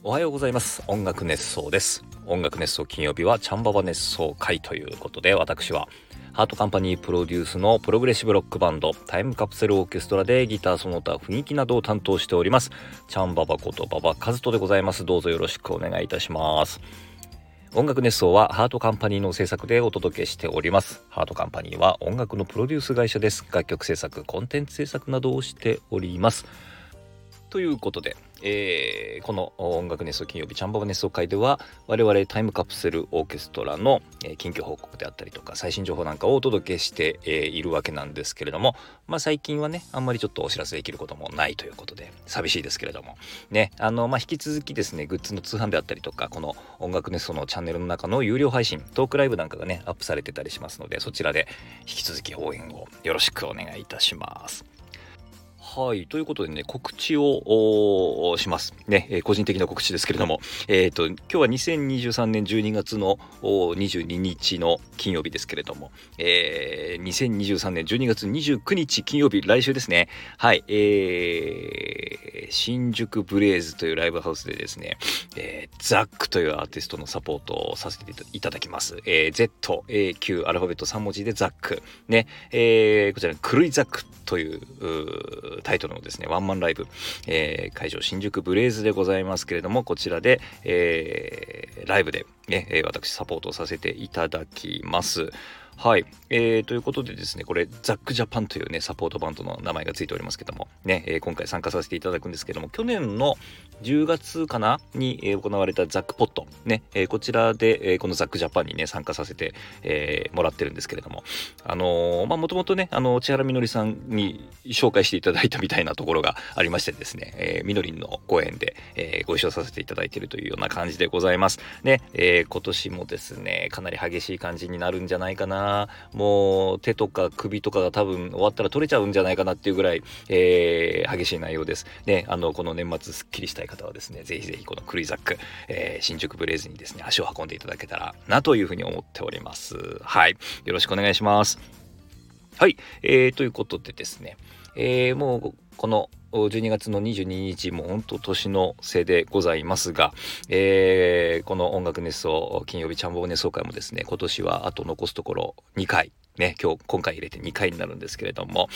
おはようございます。音楽熱奏です。音楽熱奏金曜日はチャンババ熱奏会ということで、私はハートカンパニープロデュースのプログレッシブロックバンドタイムカプセルオーケストラでギターその他雰囲気などを担当しておりますチャンババこと馬場和人でございます。どうぞよろしくお願いいたします。音楽熱奏はハートカンパニーの制作でお届けしております。ハートカンパニーは音楽のプロデュース会社です。楽曲制作、コンテンツ制作などをしております。ということで、この音楽熱奏金曜日チャンババ熱奏会では我々タイムカプセルオーケストラの、近況報告であったりとか最新情報なんかをお届けして、いるわけなんですけれども、最近はねあんまりちょっとお知らせできることもないということで寂しいですけれどもね、引き続きですねグッズの通販であったりとかこの音楽熱奏のチャンネルの中の有料配信トークライブなんかがねアップされてたりしますので、そちらで引き続き応援をよろしくお願いいたします。はい、ということでね告知をしますね、個人的な告知ですけれども、今日は2023年12月の22日の金曜日ですけれども、2023年12月29日金曜日、来週ですね。はい、新宿ブレイズというライブハウスでですね、ザックというアーティストのサポートをさせていただきます。ZAQ アルファベット3文字でザックね、こちらクルイザックというタイトルのですねワンマンライブ、会場新宿ブレイズでございますけれども、こちらで、ライブで、ね、私サポートをさせていただきます。はい、ということでですね、これザックジャパンというねサポートバンドの名前がついておりますけどもね、今回参加させていただくんですけども、去年の10月かなに、行われたザックポットね、こちらで、このザックジャパンにね参加させて、もらってるんですけれども、もともとね千原みのりさんに紹介していただいたみたいなところがありましてですね、みのりんのご縁で、ご一緒させていただいているというような感じでございますね。今年もですねかなり激しい感じになるんじゃないかな。もう手とか首とかが多分終わったら取れちゃうんじゃないかなっていうぐらい、激しい内容ですね。この年末すっきりしたい方はですねぜひぜひこのクルイザック、新宿ブレイズにですね足を運んでいただけたらなというふうに思っております。はい、よろしくお願いします。はい、ということでですね、もうこの12月の22日も本当年の瀬でございますが、この音楽熱奏金曜日チャンボ熱奏会もですね今年はあと残すところ2回ね、今回入れて2回になるんですけれども、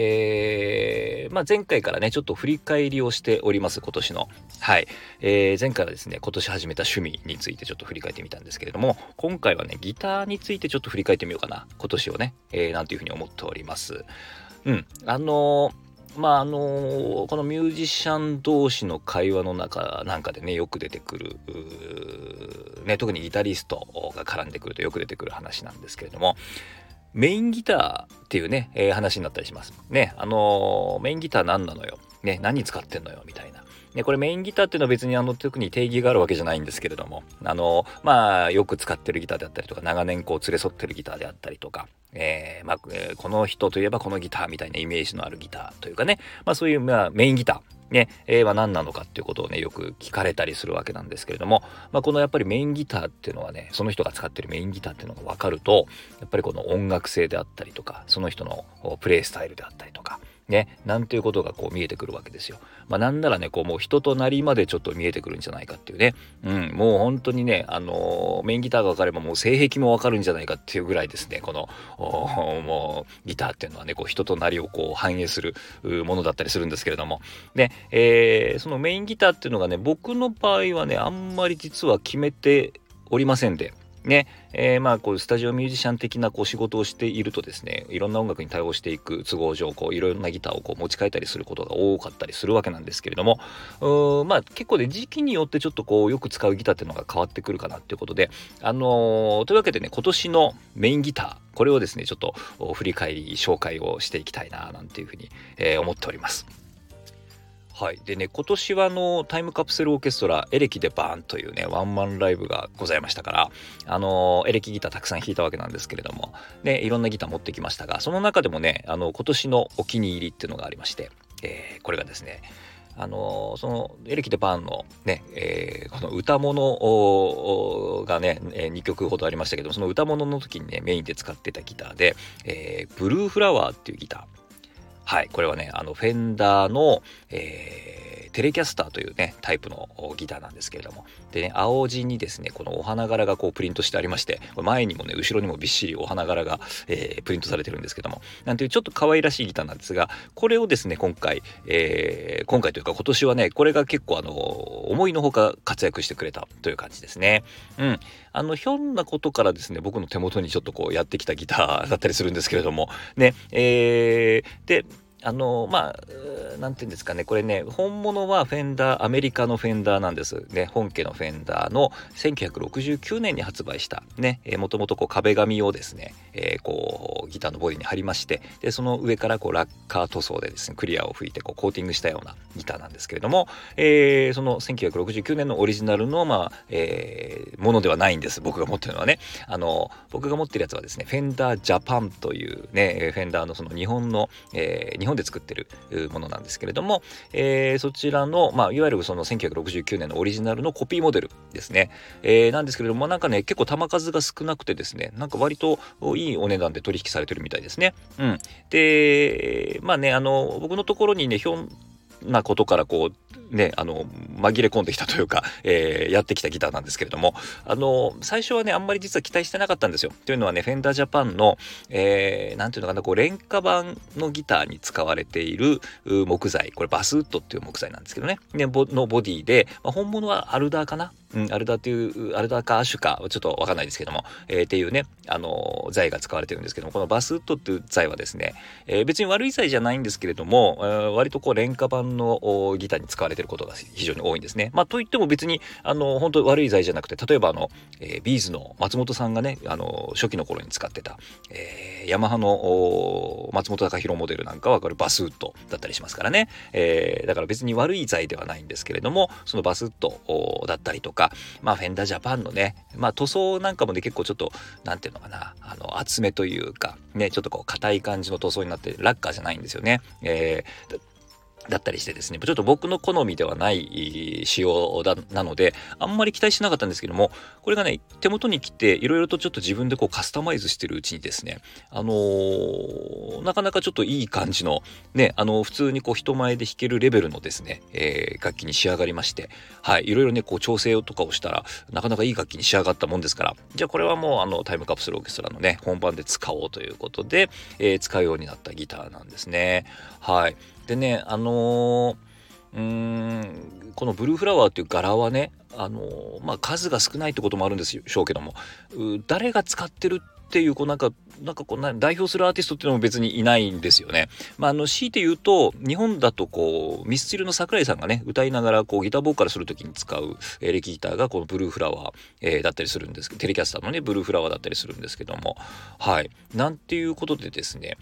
前回からねちょっと振り返りをしております今年の。はい、前回はですね今年始めた趣味についてちょっと振り返ってみたんですけれども、今回はねギターについてちょっと振り返ってみようかな今年をね、なんていうふうに思っております。このミュージシャン同士の会話の中なんかでねよく出てくるね、特にギタリストが絡んでくるとよく出てくる話なんですけれども、メインギターっていうね、話になったりしますね。メインギター何なのよ、ね、何使ってんのよみたいな。ね、これメインギターっていうのは別に特に定義があるわけじゃないんですけれども、よく使ってるギターであったりとか長年こう連れ添ってるギターであったりとか、この人といえばこのギターみたいなイメージのあるギターというかね、そういうメインギターね、何なのかっていうことをねよく聞かれたりするわけなんですけれども、このやっぱりメインギターっていうのはねその人が使ってるメインギターっていうのが分かると、やっぱりこの音楽性であったりとかその人のプレイスタイルであったりとかね、なんていうことがこう見えてくるわけですよ。なんならねこうもう人となりまでちょっと見えてくるんじゃないかっていうね、もう本当にねメインギターが分かればもう性癖も分かるんじゃないかっていうぐらいですね、このもうギターっていうのはねこう人となりをこう反映するものだったりするんですけれどもね、そのメインギターっていうのがね僕の場合はねあんまり実は決めておりませんでね、こうスタジオミュージシャン的なこう仕事をしているとですねいろんな音楽に対応していく都合上こういろんなギターをこう持ち替えたりすることが多かったりするわけなんですけれども、結構ね時期によってちょっとこうよく使うギターっていうのが変わってくるかなっていうことで、というわけでね今年のメインギターこれをですねちょっと振り返り紹介をしていきたいななんていうふうに、思っております。はい、でね今年はタイムカプセルオーケストラエレキでバーンというねワンマンライブがございましたから、エレキギターたくさん弾いたわけなんですけれどもね、いろんなギター持ってきましたが、その中でもね今年のお気に入りっていうのがありまして、これがですねそのエレキでバーンのね、この歌物がね、2曲ほどありましたけど、その歌物の時にねメインで使ってたギターで、ブルーフラワーっていうギター、はい、これはねフェンダーのテレキャスターというねタイプのギターなんですけれども、でね青地にですねこのお花柄がこうプリントしてありまして、これ前にもね後ろにもびっしりお花柄が、プリントされてるんですけども、なんていうちょっと可愛らしいギターなんですが、これをですね今回というか今年はねこれが結構思いのほか活躍してくれたという感じですね。ひょんなことからですね僕の手元にちょっとこうやってきたギターだったりするんですけれどもね、でなんていうんですかね、これね本物はフェンダー、アメリカのフェンダーなんですね。本家のフェンダーの1969年に発売したね、もともとこう壁紙をですね、こうギターのボディに貼りまして、でその上からこうラッカー塗装でですねクリアを拭いてこうコーティングしたようなギターなんですけれども、その1969年のオリジナルのものではないんです。僕が持ってるのはね、僕が持ってるやつはですねフェンダージャパンというねフェンダーのその日本で作ってるものなんですけれども、そちらの、いわゆるその1969年のオリジナルのコピーモデルですね、なんですけれども、なんかね結構弾数が少なくてですね、なんか割といいお値段で取引されてるみたいですね。で僕のところにねひょんなことからこうね紛れ込んできたというか、やってきたギターなんですけれども、最初はねあんまり実は期待してなかったんですよ。というのはねフェンダージャパンの、なんていうのかな、こう廉価版のギターに使われている木材、これバスウッドっていう木材なんですけどね、のボディで、本物はアルダーかな、アルダーかアッシュかちょっとわかんないですけども、っていうね材が使われてるんですけども、このバスウッドっていう材はですね、別に悪い材じゃないんですけれども、割とこう廉価版のギターに使われてることが非常に多いんですね。といっても別に本当悪い材じゃなくて、例えばビーズの松本さんがね初期の頃に使ってた、ヤマハの松本隆弘モデルなんかはこれバスウッドだったりしますからね、だから別に悪い材ではないんですけれども、そのバスウッドだったりとか、フェンダージャパンのね塗装なんかもね結構ちょっとなんていうのかな、厚めというかね、ちょっとこう硬い感じの塗装になってラッカーじゃないんですよね。だったりしてですね、ちょっと僕の好みではない仕様なのであんまり期待しなかったんですけども、これがね手元に来ていろいろとちょっと自分でこうカスタマイズしてるうちにですね、なかなかちょっといい感じのね、普通にこう人前で弾けるレベルのですね、楽器に仕上がりまして、いろいろねこう調整とかをしたらなかなかいい楽器に仕上がったもんですから、じゃあこれはもうタイムカプセルオーケストラのね本番で使おうということで、使うようになったギターなんですね。でねこのブルーフラワーっていう柄はね数が少ないってこともあるんでしょうけども、誰が使ってるっていうなんかこう代表するアーティストっていうのも別にいないんですよね。強いて言うと日本だとこうミスチルの桜井さんがね歌いながらこうギターボーカルするときに使うエレキギターがこのブルーフラワー、だったりするんですけど、テレキャスターのねブルーフラワーだったりするんですけども、なんていうことでですね、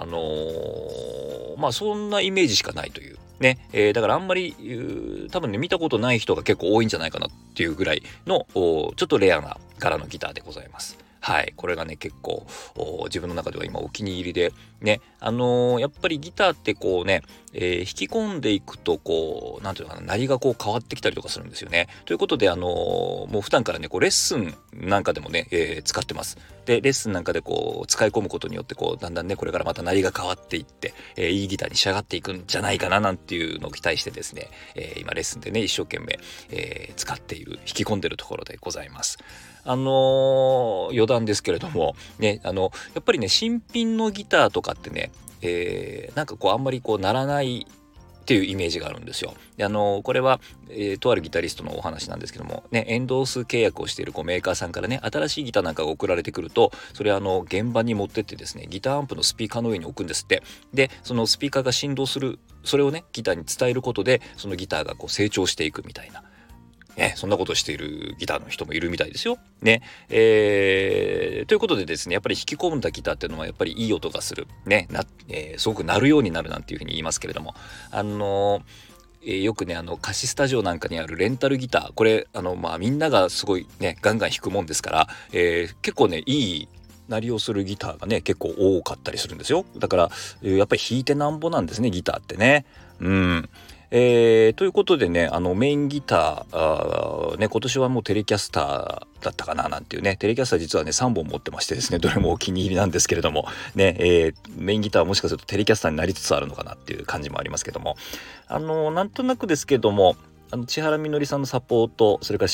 そんなイメージしかないというね、だからあんまり多分ね見たことない人が結構多いんじゃないかなっていうぐらいのちょっとレアな柄のギターでございます。これがね結構自分の中では今お気に入りでね、やっぱりギターってこうね、弾き込んでいくとこうなんていうのかな、鳴りがこう変わってきたりとかするんですよね。ということでもう普段からねこうレッスンなんかでもね、使ってます。でレッスンなんかでこう使い込むことによってこうだんだんねこれからまた鳴りが変わっていって、いいギターに仕上がっていくんじゃないかななんていうのを期待してですね、今レッスンでね一生懸命、使っている、弾き込んでるところでございます。余談ですけれどもね、やっぱりね新品のギターとかってね、なんかこうあんまりこう鳴らないっていうイメージがあるんですよ。でこれは、とあるギタリストのお話なんですけどもね、エンドース契約をしているこうメーカーさんからね新しいギターなんかが送られてくると、それ現場に持ってってですねギターアンプのスピーカーの上に置くんですって。でそのスピーカーが振動する、それをねギターに伝えることでそのギターがこう成長していくみたいな、そんなことをしているギターの人もいるみたいですよ。ね、ということでですね、やっぱり弾き込んだギターっていうのはやっぱりいい音がする、ね、すごく鳴るようになるなんていうふうに言いますけれども、よくね貸しスタジオなんかにあるレンタルギター、これみんながすごいねガンガン弾くもんですから、結構ねいい鳴りをするギターがね結構多かったりするんですよ。だからやっぱり弾いてなんぼなんですねギターってね。 ということでね、メインギターね、今年はもうテレキャスターだったかななんていうね、テレキャスター実はね3本持ってましてですね、どれもお気に入りなんですけれどもね、メインギターはもしかするとテレキャスターになりつつあるのかなっていう感じもありますけども、なんとなくですけども、千原みのりさんのサポート、それから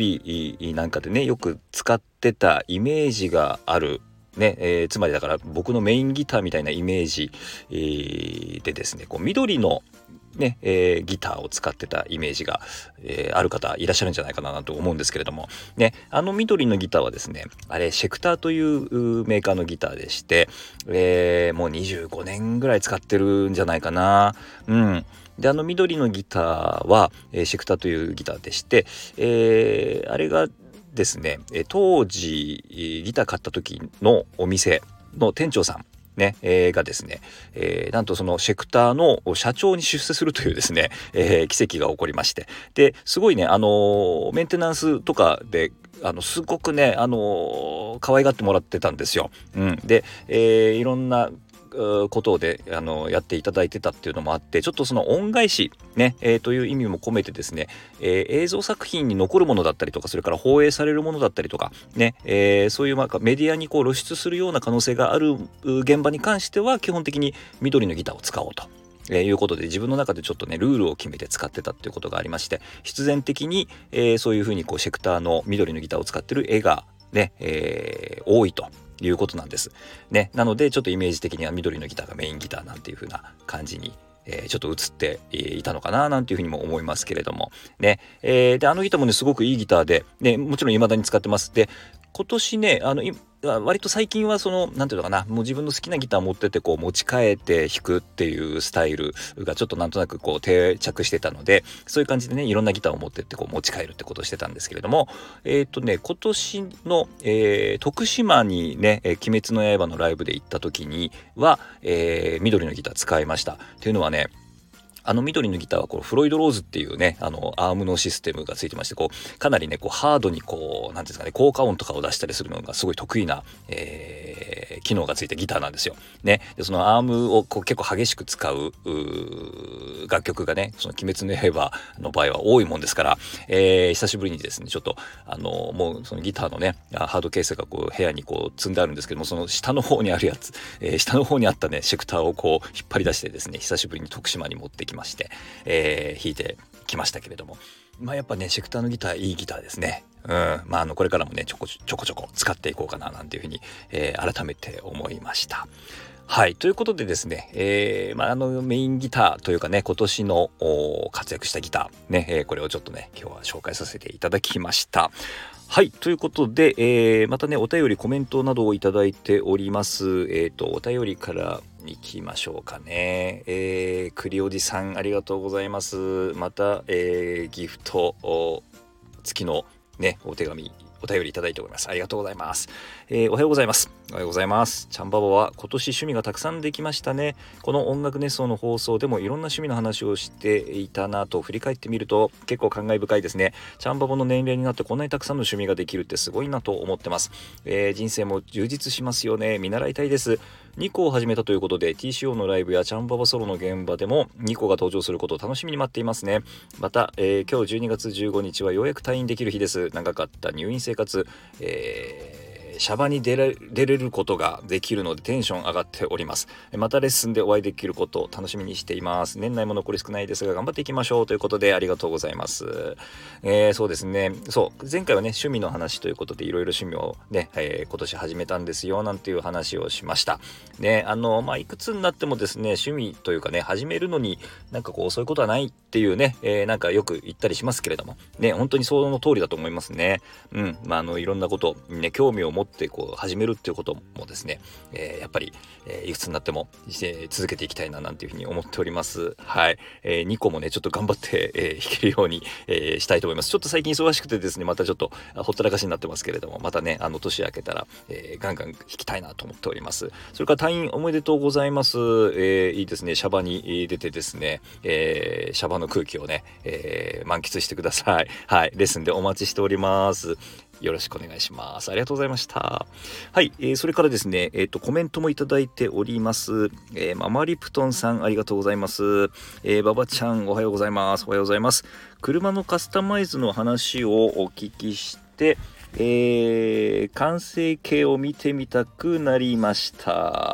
CMB なんかでねよく使ってたイメージがあるね、つまりだから僕のメインギターみたいなイメージ、でですね、こう緑のね、ギターを使ってたイメージが、ある方いらっしゃるんじゃないかなと思うんですけれどもね、緑のギターはですね、あれシェクターというメーカーのギターでして、もう25年ぐらい使ってるんじゃないかな。で緑のギターは、シェクターというギターでして、あれがですね、当時ギター買った時のお店の店長さんね、がですね、なんとそのシェクターの社長に出世するというですね、奇跡が起こりまして、ですごいね、メンテナンスとかですごくね、可愛がってもらってたんですよ。で、いろんなことでやっていただいてたっていうのもあって、ちょっとその恩返しね、という意味も込めてですね、映像作品に残るものだったりとか、それから放映されるものだったりとかね、そういうメディアにこう露出するような可能性がある現場に関しては基本的に緑のギターを使おうと。いうことで自分の中でちょっとねルールを決めて使ってたっていうことがありまして、必然的に、そういうふうにこうシェクターの緑のギターを使ってる絵がね、多いということなんですね。なのでちょっとイメージ的には緑のギターがメインギターなんていう風な感じに、ちょっと映っていたのかななんていうふうにも思いますけれどもね、でギターもねすごくいいギターで、ね、もちろん未だに使ってます。で今年ね割と最近はそのなんていうのかな、もう自分の好きなギター持っててこう持ち帰って弾くっていうスタイルがちょっとなんとなくこう定着してたので、そういう感じでねいろんなギターを持ってってこう持ち帰るってことをしてたんですけれども、今年の、徳島にね「鬼滅の刃」のライブで行った時には、緑のギター使いました。っていうのはね、緑のギターはこうフロイドローズっていうねアームのシステムがついてまして、こうかなりねこうハードにこうなんていうんですかね、効果音とかを出したりするのがすごい得意な、機能がついたギターなんですよ。ね、でそのアームをこう結構激しく使う楽曲がねその鬼滅の刃の場合は多いもんですから、久しぶりにですねちょっともうそのギターのねハードケースがこう部屋にこう積んであるんですけども、その下の方にあるやつ、下の方にあったねシェクターをこう引っ張り出してですね、久しぶりに徳島に持ってきまして、弾いてきましたけれども、やっぱねシェクターのギターいいギターですね。これからもねちょこちょこ使っていこうかななんていうふうに、改めて思いました。はい、ということでですね、メインギターというかね今年の活躍したギターね、これをちょっとね今日は紹介させていただきました。はい、ということで、またねお便りコメントなどをいただいております。お便りからいきましょうかね。栗おじさんありがとうございます。また、ギフト付きのねお便りいただいております。ありがとうございます。おはようございます。おはようございます。ちゃんばばは今年趣味がたくさんできましたね。この音楽熱奏の放送でもいろんな趣味の話をしていたなと振り返ってみると結構感慨深いですね。ちゃんばばの年齢になってこんなにたくさんの趣味ができるってすごいなと思ってます。人生も充実しますよね。見習いたいです。2個を始めたということで TCO のライブやちゃんばばソロの現場でも2個が登場することを楽しみに待っていますね。また、今日12月15日はようやく退院できる日です。長かった入院生活、シャバに出れることができるのでテンション上がっております。またレッスンでお会いできることを楽しみにしています。年内も残り少ないですが頑張っていきましょうということでありがとうございます。そうですね、そう前回はね趣味の話ということでいろいろ趣味をね、今年始めたんですよなんていう話をしましたね。いくつになってもですね趣味というかね始めるのになんかこうそういうことはないっていうね、なんかよく言ったりしますけれどもね、本当にその通りだと思いますね。いろんなことにね興味を持ってこう始めるっていうこともですね、やっぱり、いくつになっても、続けていきたいななんていうふうに思っております。はい、2個もねちょっと頑張って、弾けるように、したいと思います。ちょっと最近忙しくてですねまたちょっとほったらかしになってますけれども、またね年明けたら、ガンガン弾きたいなと思っております。それから退院おめでとうございます。いいですね、シャバに出てですね、シャバの空気をね、満喫してください。はい、レッスンでお待ちしております。 よろしくお願いします。ありがとうございました。はい、それからですね、コメントもいただいております。ママリプトンさんありがとうございます。ババちゃんおはようございます。おはようございます。車のカスタマイズの話をお聞きして、完成形を見てみたくなりました。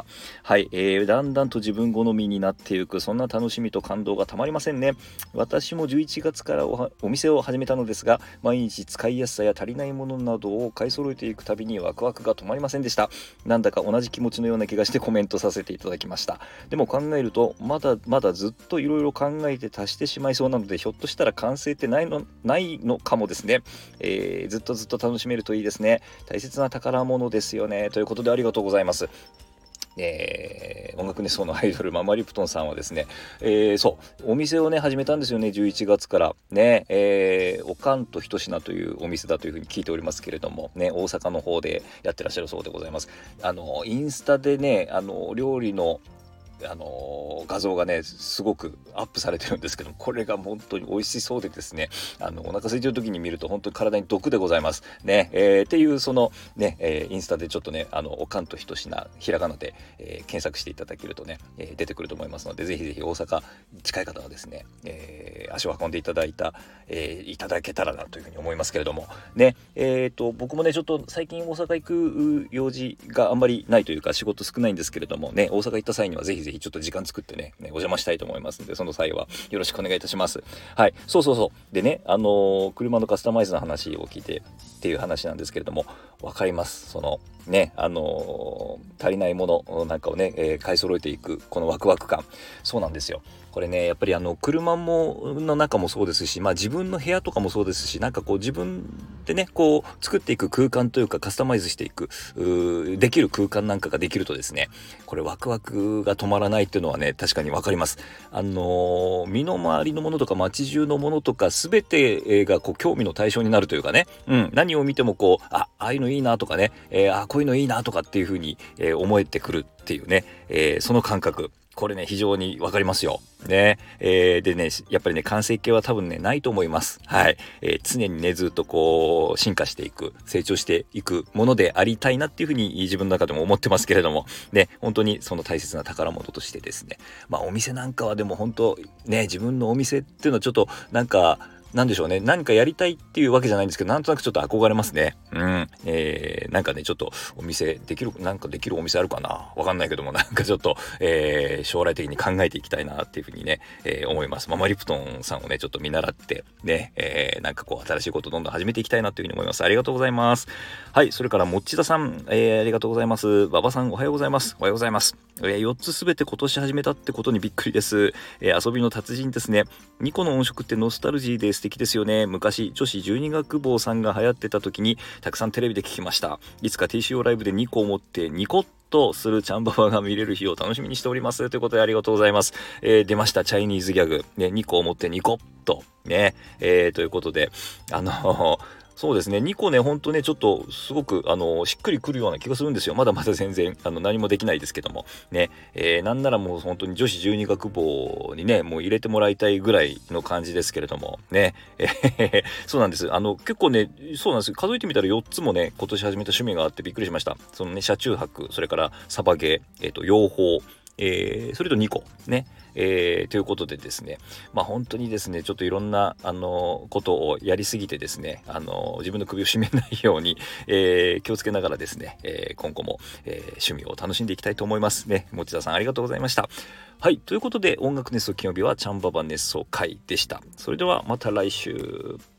はい、だんだんと自分好みになっていく、そんな楽しみと感動がたまりませんね。私も11月からお店を始めたのですが、毎日使いやすさや足りないものなどを買い揃えていくたびにワクワクが止まりませんでした。なんだか同じ気持ちのような気がしてコメントさせていただきました。でも考えるとまだまだずっといろいろ考えて足してしまいそうなので、ひょっとしたら完成ってないのかもですね。ずっと楽しめるといいですね。大切な宝物ですよね。ということでありがとうございます。音楽熱奏のアイドルママリプトンさんはですね、そうお店をね始めたんですよね。11月からね、おかんとひとしなというお店だというふうに聞いておりますけれどもね、大阪の方でやってらっしゃるそうでございます。インスタでね料理の画像がねすごくアップされてるんですけど、これが本当に美味しそうでですね、お腹空いてる時に見ると本当に体に毒でございますね。っていうそのね、インスタでちょっとねおかんとひとしなひらがなで、検索していただけるとね、出てくると思いますので、ぜひぜひ大阪近い方はですね、足を運んでいただけたらなというふうに思いますけれどもね。僕もねちょっと最近大阪行く用事があんまりないというか仕事少ないんですけれどもね、大阪行った際にはぜひぜひちょっと時間作ってねお邪魔したいと思いますので、その際はよろしくお願いいたします。はい、そうでね、車のカスタマイズの話を聞いてっていう話なんですけれども、分かります。そのね足りないものなんかをね、買い揃えていくこのワクワク感。そうなんですよ。これねやっぱり車の中もそうですし、自分の部屋とかもそうですし、なんかこう自分でねこう作っていく空間というかカスタマイズしていくできる空間なんかができるとですね、これワクワクが止まらないっていうのはね確かに分かります。身の回りのものとか街中のものとか全てがこう興味の対象になるというかね、何を見てもこうああいうのいいなとかね、こういうのいいなとかっていう風に、思えてくるっていうね、その感覚、これね非常にわかりますよね。でねやっぱりね完成形は多分ねないと思います。はい、常にねずっとこう進化していく成長していくものでありたいなっていうふうに自分の中でも思ってますけれどもね、本当にその大切な宝物としてですね、お店なんかはでも本当ね自分のお店っていうのはちょっとなんでしょうね、何かやりたいっていうわけじゃないんですけど、なんとなくちょっと憧れますね。なんかねちょっとお店できるお店あるかな、わかんないけども、なんかちょっと、将来的に考えていきたいなっていうふうにね、思います。ママリプトンさんをねちょっと見習ってね、なんかこう新しいことをどんどん始めていきたいなというふうに思います。ありがとうございます。はい、それからもっちださん、ありがとうございます。馬場さんおはようございます。おはようございます。4つすべて今年始めたってことにびっくりです。遊びの達人ですね。2個の音色ってノスタルジーで素敵ですよね。昔女子十二楽坊さんが流行ってた時にたくさんテレビで聞きました。いつか TCO ライブで2個を持ってニコッとするチャンババが見れる日を楽しみにしておりますということでありがとうございます。出ましたチャイニーズギャグ、ね、2個を持ってニコッとね、ということでそうですね、2個ねほんとねちょっとすごくしっくりくるような気がするんですよ。まだまだ全然何もできないですけどもね、なんならもう本当に女子十二楽坊にねもう入れてもらいたいぐらいの感じですけれどもね、そうなんです。結構ねそうなんです。数えてみたら4つもね今年始めた趣味があってびっくりしました。そのね車中泊、それからサバゲー、養蜂、それと2個ね、ということでですね、本当にですねちょっといろんなことをやりすぎてですね自分の首を絞めないように、気をつけながらですね、今後も、趣味を楽しんでいきたいと思いますね。持田さんありがとうございました。はい、ということで音楽熱奏金曜日はチャンババ熱奏会でした。それではまた来週。